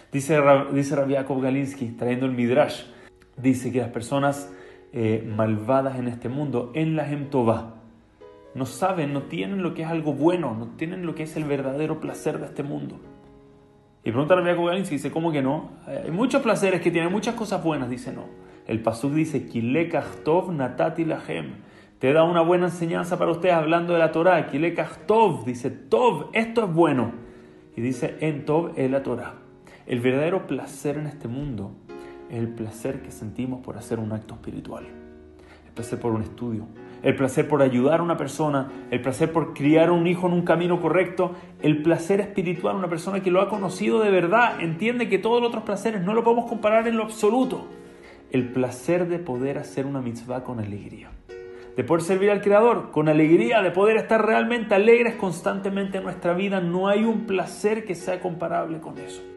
Dice Rabbi Yaakov Galinsky, trayendo el Midrash, dice que las personas malvadas en este mundo, en la Hem Tová, no saben, no tienen lo que es algo bueno, no tienen lo que es el verdadero placer de este mundo. Y pregunta a Rabbi Yaakov Galinsky, dice, ¿cómo que no? Hay muchos placeres que tienen, muchas cosas buenas, dice no. El pasuk dice, Ki lekach tov natati lahem. Te da una buena enseñanza para ustedes hablando de la Torah. Ki lekach tov, dice, tov, esto es bueno. Y dice, en tov es la Torah. El verdadero placer en este mundo es el placer que sentimos por hacer un acto espiritual. El placer por un estudio. El placer por ayudar a una persona. El placer por criar a un hijo en un camino correcto. El placer espiritual, una persona que lo ha conocido de verdad, entiende que todos los otros placeres no lo podemos comparar en lo absoluto. El placer de poder hacer una mitzvah con alegría. De poder servir al Creador con alegría, de poder estar realmente alegres constantemente en nuestra vida. No hay un placer que sea comparable con eso.